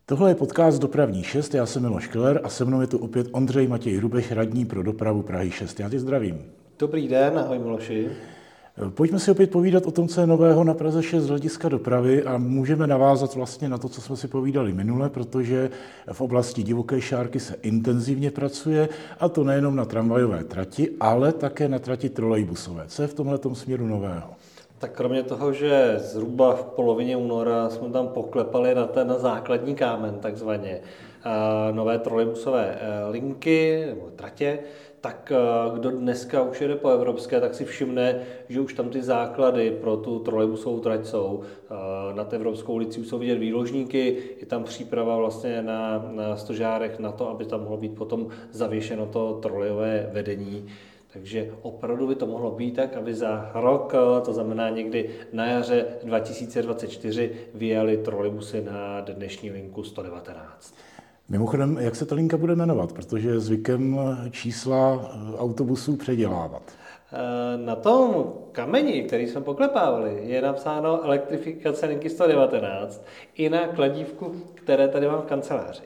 Tohle je podcast Dopravní 6, já jsem Miloš Keller a se mnou je tu opět Ondřej Matěj Rubeš, radní pro dopravu Prahy 6. Já tě zdravím. Dobrý den, ahoj Miloši. Pojďme si opět povídat o tom, co je nového na Praze 6 z hlediska dopravy a můžeme navázat vlastně na to, co jsme si povídali minule, protože v oblasti Divoké Šárky se intenzivně pracuje a to nejenom na tramvajové trati, ale také na trati trolejbusové. Co je v tomhletom směru nového? Tak kromě toho, že zhruba v polovině února jsme tam poklepali na ten základní kámen, takzvaně nové trolejbusové linky nebo tratě, tak kdo dneska už jede po evropské, tak si všimne, že už tam ty základy pro tu trolejbusovou trať jsou. Nad Evropskou ulicí už jsou vidět výložníky, je tam příprava vlastně na stožárech na to, aby tam mohlo být potom zavěšeno to trolejové vedení. Takže opravdu by to mohlo být tak, aby za rok, to znamená někdy na jaře 2024, vyjeli trolejbusy na dnešní linku 119. Mimochodem, jak se ta linka bude jmenovat, protože je zvykem čísla autobusů předělávat? Na tom kameni, který jsme poklepávali, je napsáno elektrifikace linky 119 i na kladívku, které tady mám v kanceláři.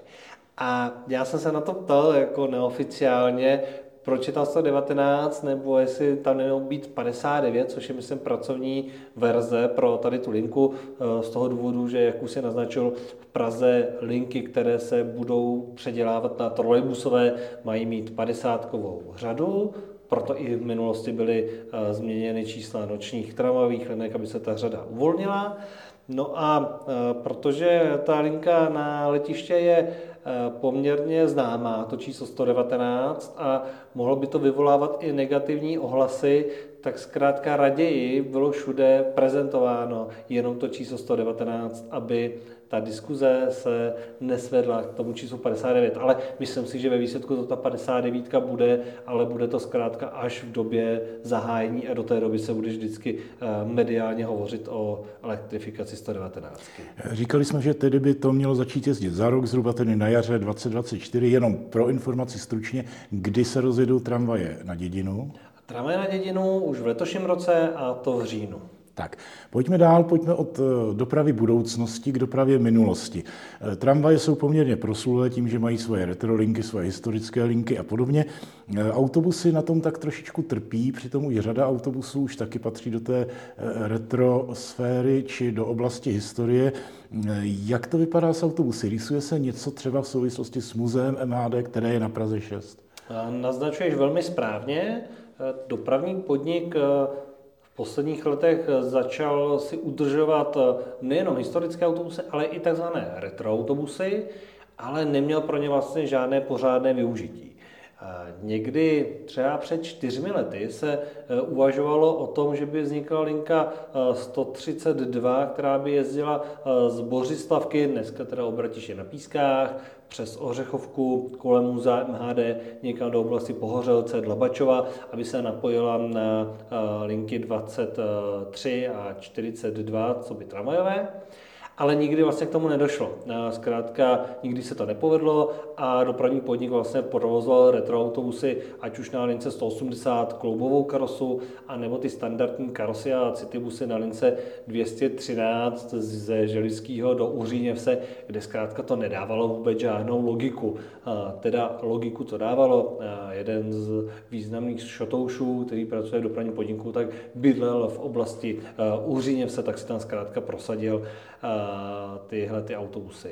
A já jsem se na to ptal jako neoficiálně, proč je tam 119, nebo jestli tam nemělo být 59, což je, myslím, pracovní verze pro tady tu linku, z toho důvodu, že, jak už si naznačil, v Praze linky, které se budou předělávat na trolejbusové, mají mít 50kovou řadu, proto i v minulosti byly změněny čísla nočních tramvajových linek, aby se ta řada uvolnila. No a protože ta linka na letiště je poměrně známá, to číslo 119, a mohlo by to vyvolávat i negativní ohlasy, tak zkrátka raději bylo všude prezentováno jenom to číslo 119, aby ta diskuze se nesvedla k tomu číslu 59. Ale myslím si, že ve výsledku to ta 59 bude, ale bude to zkrátka až v době zahájení a do té doby se bude vždycky mediálně hovořit o elektrifikaci 119. Říkali jsme, že tedy by to mělo začít jezdit za rok, zhruba tedy na jaře 2024, jenom pro informaci stručně, kdy se rozjedou tramvaje na Dědinu. Tramvaje na Dědinu už v letošním roce a to v říjnu. Tak, pojďme dál, pojďme od dopravy budoucnosti k dopravě minulosti. Tramvaje jsou poměrně proslulé tím, že mají svoje retrolinky, svoje historické linky a podobně. Autobusy na tom tak trošičku trpí, přitom i řada autobusů už taky patří do té retro sféry či do oblasti historie. Jak to vypadá s autobusy? Rýsuje se něco třeba v souvislosti s muzeem MHD, které je na Praze 6? Naznačuješ velmi správně. Dopravní podnik v posledních letech začal si udržovat nejenom historické autobusy, ale i tzv. Retroautobusy, ale neměl pro ně vlastně žádné pořádné využití. Někdy třeba před 4 lety se uvažovalo o tom, že by vznikla linka 132, která by jezdila z Bořislavky, dneska teda Obratiště na Pískách, přes Ořechovku, kolem muzea MHD, někam do oblasti Pohořelce, Dlabačova, aby se napojila na linky 23 a 42, co by tramvajové. Ale nikdy vlastně k tomu nedošlo. Zkrátka nikdy se to nepovedlo a dopravní podnik vlastně provozoval retroautobusy, ať už na lince 180 kloubovou karosu, anebo ty standardní karosy a citybusy na lince 213 ze Želivského do Uříněvse, kde zkrátka to nedávalo vůbec žádnou logiku. Teda logiku to dávalo. Jeden z významných šotoušů, který pracuje v dopravním podniku, tak bydlel v oblasti Uříněvse, tak si tam zkrátka prosadil tyhle ty autobusy.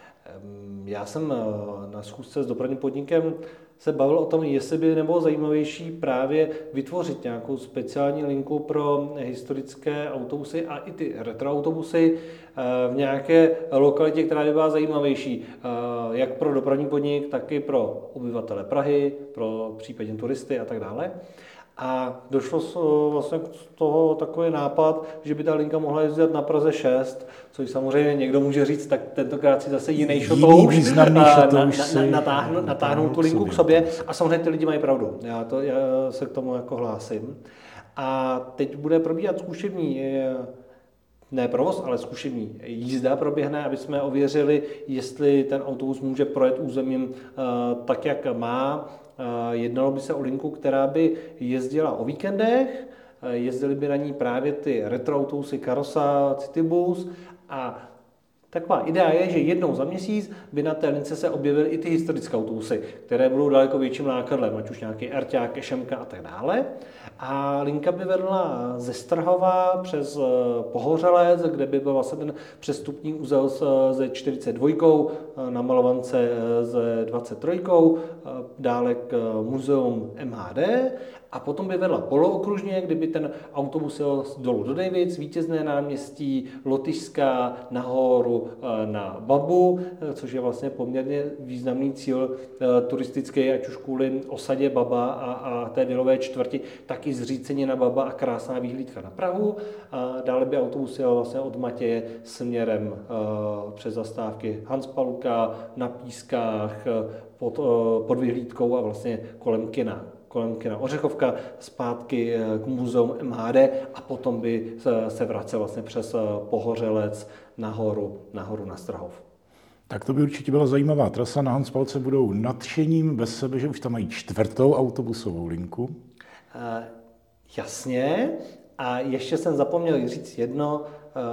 Já jsem na schůzce s dopravním podnikem se bavil o tom, jestli by nebylo zajímavější právě vytvořit nějakou speciální linku pro historické autobusy a i ty retroautobusy v nějaké lokalitě, která by byla zajímavější jak pro dopravní podnik, tak i pro obyvatele Prahy, pro případně turisty a tak dále. A došlo vlastně z toho takový nápad, že by ta linka mohla jezdit na Praze 6, což samozřejmě někdo může říct, tak tentokrát si zase jiný šotouš natáhnou tu linku k sobě. A samozřejmě ty lidi mají pravdu. Já se k tomu jako hlásím. A teď bude probíhat zkušební, ne provoz, ale zkušební jízda proběhne, aby jsme ověřili, jestli ten autobus může projet územím tak, jak má. Jednalo by se o linku, která by jezdila o víkendech, jezdily by na ní právě ty retroautobusy Karosa, Citybus a Taková idea je, že jednou za měsíc by na té lince se objevily i ty historické autobusy, které budou daleko větším nákladem, ať už nějaký Erťák, Ešemka a tak dále. A linka by vedla ze Strhova přes Pohořelec, kde by byl vlastně ten přestupní uzel ze 42, na Malovance ze 23, dále k muzeum MHD, a potom by vedla polookružně, kdyby ten autobus jel dolů do Dejvic, Vítězné náměstí, Lotyšská, nahoru na Babu, což je vlastně poměrně významný cíl turistický, ať už kvůli osadě Baba a té vilové čtvrti, tak i zřícenina Baba a krásná výhlídka na Prahu. A dále by autobus jel vlastně od Matěje směrem přes zastávky Hanspalka, na Pískách, pod vyhlídkou a vlastně kolem kina Ořechovka, zpátky k muzeum MHD a potom by se vracel vlastně přes Pohořelec nahoru na Strhov. Tak to by určitě byla zajímavá trasa. Na Hanspalce budou nadšením bez sebe, že už tam mají 4. autobusovou linku. Jasně. A ještě jsem zapomněl říct jedno.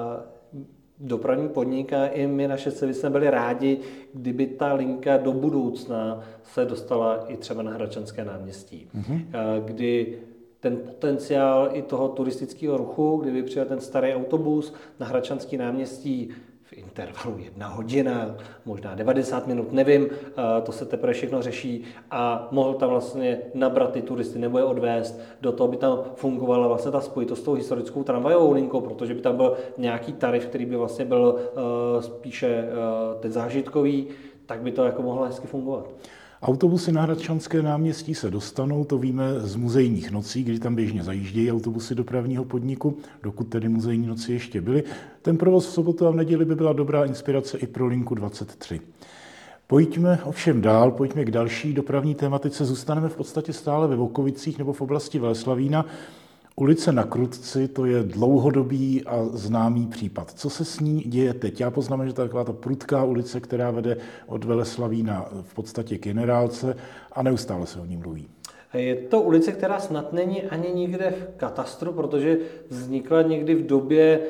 Dopravní podnik a i my naše cely jsme byli rádi, kdyby ta linka do budoucna se dostala i třeba na Hradčanské náměstí. Kdy ten potenciál i toho turistického ruchu, kdyby přijel ten starý autobus na Hradčanské náměstí v intervalu 1 hodina, možná 90 minut, nevím, to se teprve všechno řeší, a mohl tam vlastně nabrat ty turisty nebo je odvést. Do toho by tam fungovala vlastně ta spojitost s tou historickou tramvajovou linkou, protože by tam byl nějaký tarif, který by vlastně byl spíše ten zážitkový, tak by to jako mohlo hezky fungovat. Autobusy na Hradčanské náměstí se dostanou, to víme z muzejních nocí, kdy tam běžně zajíždějí autobusy dopravního podniku, dokud tedy muzejní noci ještě byly. Ten provoz v sobotu a v neděli by byla dobrá inspirace i pro linku 23. Pojďme ovšem dál, pojďme k další dopravní tematice. Zůstaneme v podstatě stále ve Volkovicích nebo v oblasti Veleslavína. Ulice na Krutci, to je dlouhodobý a známý případ. Co se s ní děje teď? Já poznám, že to je taková ta prudká ulice, která vede od Veleslavína v podstatě k Generálce a neustále se o ní mluví. Je to ulice, která snad není ani nikde v katastru, protože vznikla někdy v době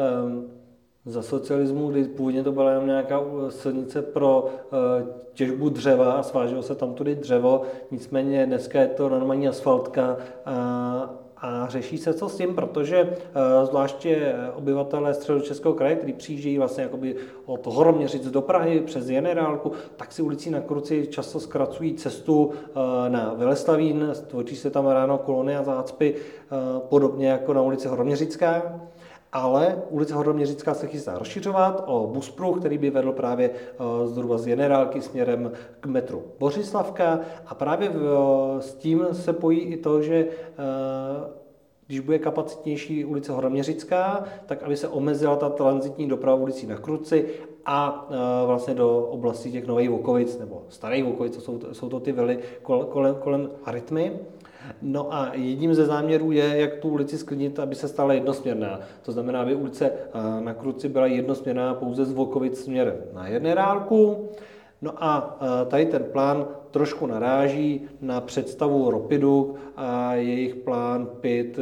za socialismu, kdy původně to byla jenom nějaká silnice pro těžbu dřeva a sváželo se tam tudy dřevo, nicméně dneska je to normální asfaltka a řeší se co s tím, protože zvláště obyvatelé Středočeského kraje, kteří přijíždějí vlastně jakoby od Horoměřic do Prahy přes Generálku, tak si ulicí na Kruci často zkracují cestu na Veleslavín, tvoří se tam ráno kolony a zácpy, podobně jako na ulici Horoměřická. Ale ulice Horoměřická se chystá rozšiřovat o buspruh, který by vedl právě zhruba z Generálky směrem k metru Bořislavka, a právě s tím se pojí i to, že když bude kapacitnější ulice Horoměřická, tak aby se omezila ta tranzitní doprava ulicí na Kruci a vlastně do oblasti těch Nových Volkovic nebo Starých Volkovic, jsou to ty vily kolem Arytmy. No a jedním ze záměrů je, jak tu ulici sklidnit, aby se stala jednosměrná. To znamená, aby ulice na Kruci byla jednosměrná pouze z Volkovic směrem na Generálku. No a tady ten plán trošku naráží na představu Ropidu a jejich plán PIT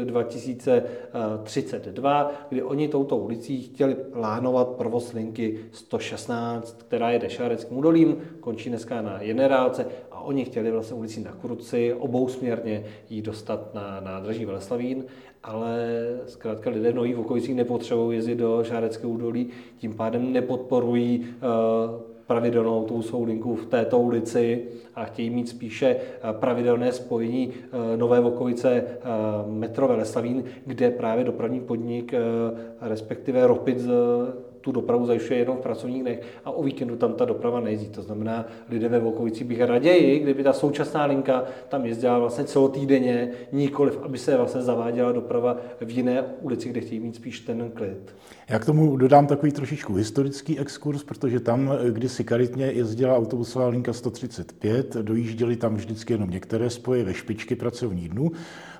2032, kdy oni touto ulicí chtěli plánovat provoz linky 116, která jede Šareckým údolím, končí dneska na Generálce, a oni chtěli vlastně ulicí na Kruci obousměrně ji dostat na nádraží Veleslavín, ale zkrátka lidé v Nových Volkovicích nepotřebují jezdit do Šareckého údolí, tím pádem nepodporují pravidelnou autobusovou linku v této ulici a chtějí mít spíše pravidelné spojení Nové Volkovice metro Veleslavín, kde právě dopravní podnik, respektive Ropid, tu dopravu zajišťuje jenom v pracovních dnech a o víkendu tam ta doprava nejezdí. To znamená, lidé ve Volkovicích bych raději, kdyby ta současná linka tam jezdila vlastně celotýdenně, nikoliv, aby se vlastně zaváděla doprava v jiné ulici, kde chtějí mít spíš ten klid. Já k tomu dodám takový trošičku historický exkurs, protože tam kdysi karitně jezdila autobusová linka 135, dojížděly tam vždycky jenom některé spoje ve špičky pracovních dnů.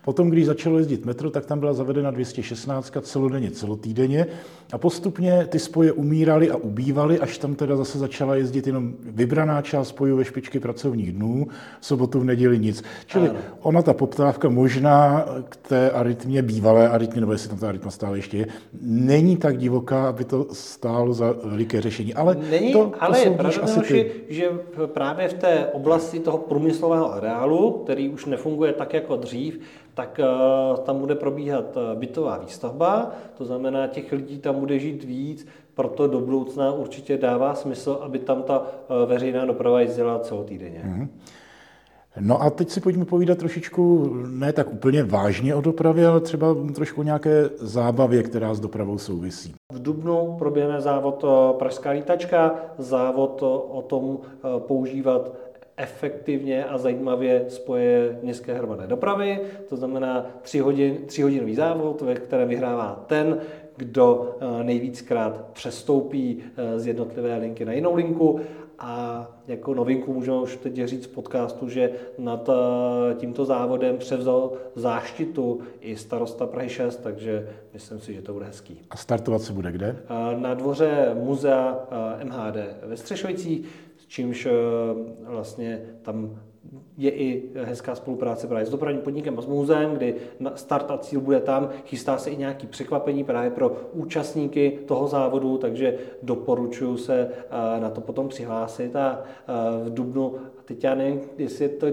Potom, když začalo jezdit metro, tak tam byla zavedena 216 celodenně, celotýdenně a postupně ty spoje umíraly a ubývaly, až tam teda zase začala jezdit jenom vybraná část spojů ve špičky pracovních dnů, v sobotu, v neděli nic. Čili ona ta poptávka možná k té arytmě, bývalé arytmě, nebo jestli tam ta arytma stále ještě je, není tak divoká, aby to stálo za veliké řešení. Ale není, ale je pravda, že právě v té oblasti toho průmyslového areálu, který už nefunguje tak jako dřív, tak tam bude probíhat bytová výstavba, to znamená, těch lidí tam bude žít víc, proto do budoucna určitě dává smysl, aby tam ta veřejná doprava jezdila celotýdenně. Mm-hmm. No a teď si pojďme povídat trošičku, ne tak úplně vážně o dopravě, ale třeba trošku o nějaké zábavě, která s dopravou souvisí. V dubnu proběhne závod Pražská lítačka, závod o tom používat efektivně a zajímavě spoje městské hromadné dopravy, to znamená 3hodinový závod, ve kterém vyhrává ten, kdo nejvíckrát přestoupí z jednotlivé linky na jinou linku. A jako novinku můžeme už teď říct v podcastu, že nad tímto závodem převzal záštitu i starosta Prahy 6, takže myslím si, že to bude hezký. A startovat se bude kde? Na dvoře muzea MHD ve Střešovicích, s čímž vlastně tam je i hezká spolupráce právě s dopravním podnikem a s muzeem, kdy start a cíl bude tam. Chystá se i nějaké překvapení právě pro účastníky toho závodu, takže doporučuji se na to potom přihlásit a v dubnu, teď já nevím, jestli je to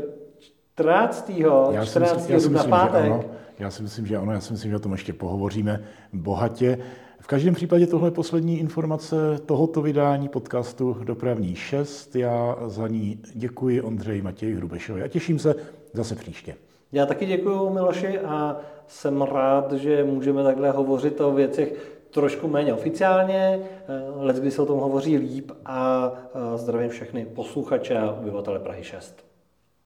14. dubna, pátek. Já si myslím, že ano, já si myslím, že o tom ještě pohovoříme bohatě. V každém případě tohle je poslední informace tohoto vydání podcastu Dopravní 6. Já za ní děkuji Ondřeji Matěji Hrubešovi a těším se zase příště. Já taky děkuji, Miloši, a jsem rád, že můžeme takhle hovořit o věcech trošku méně oficiálně, leckdy se o tom hovoří líp a zdravím všechny posluchače a obyvatele Prahy 6.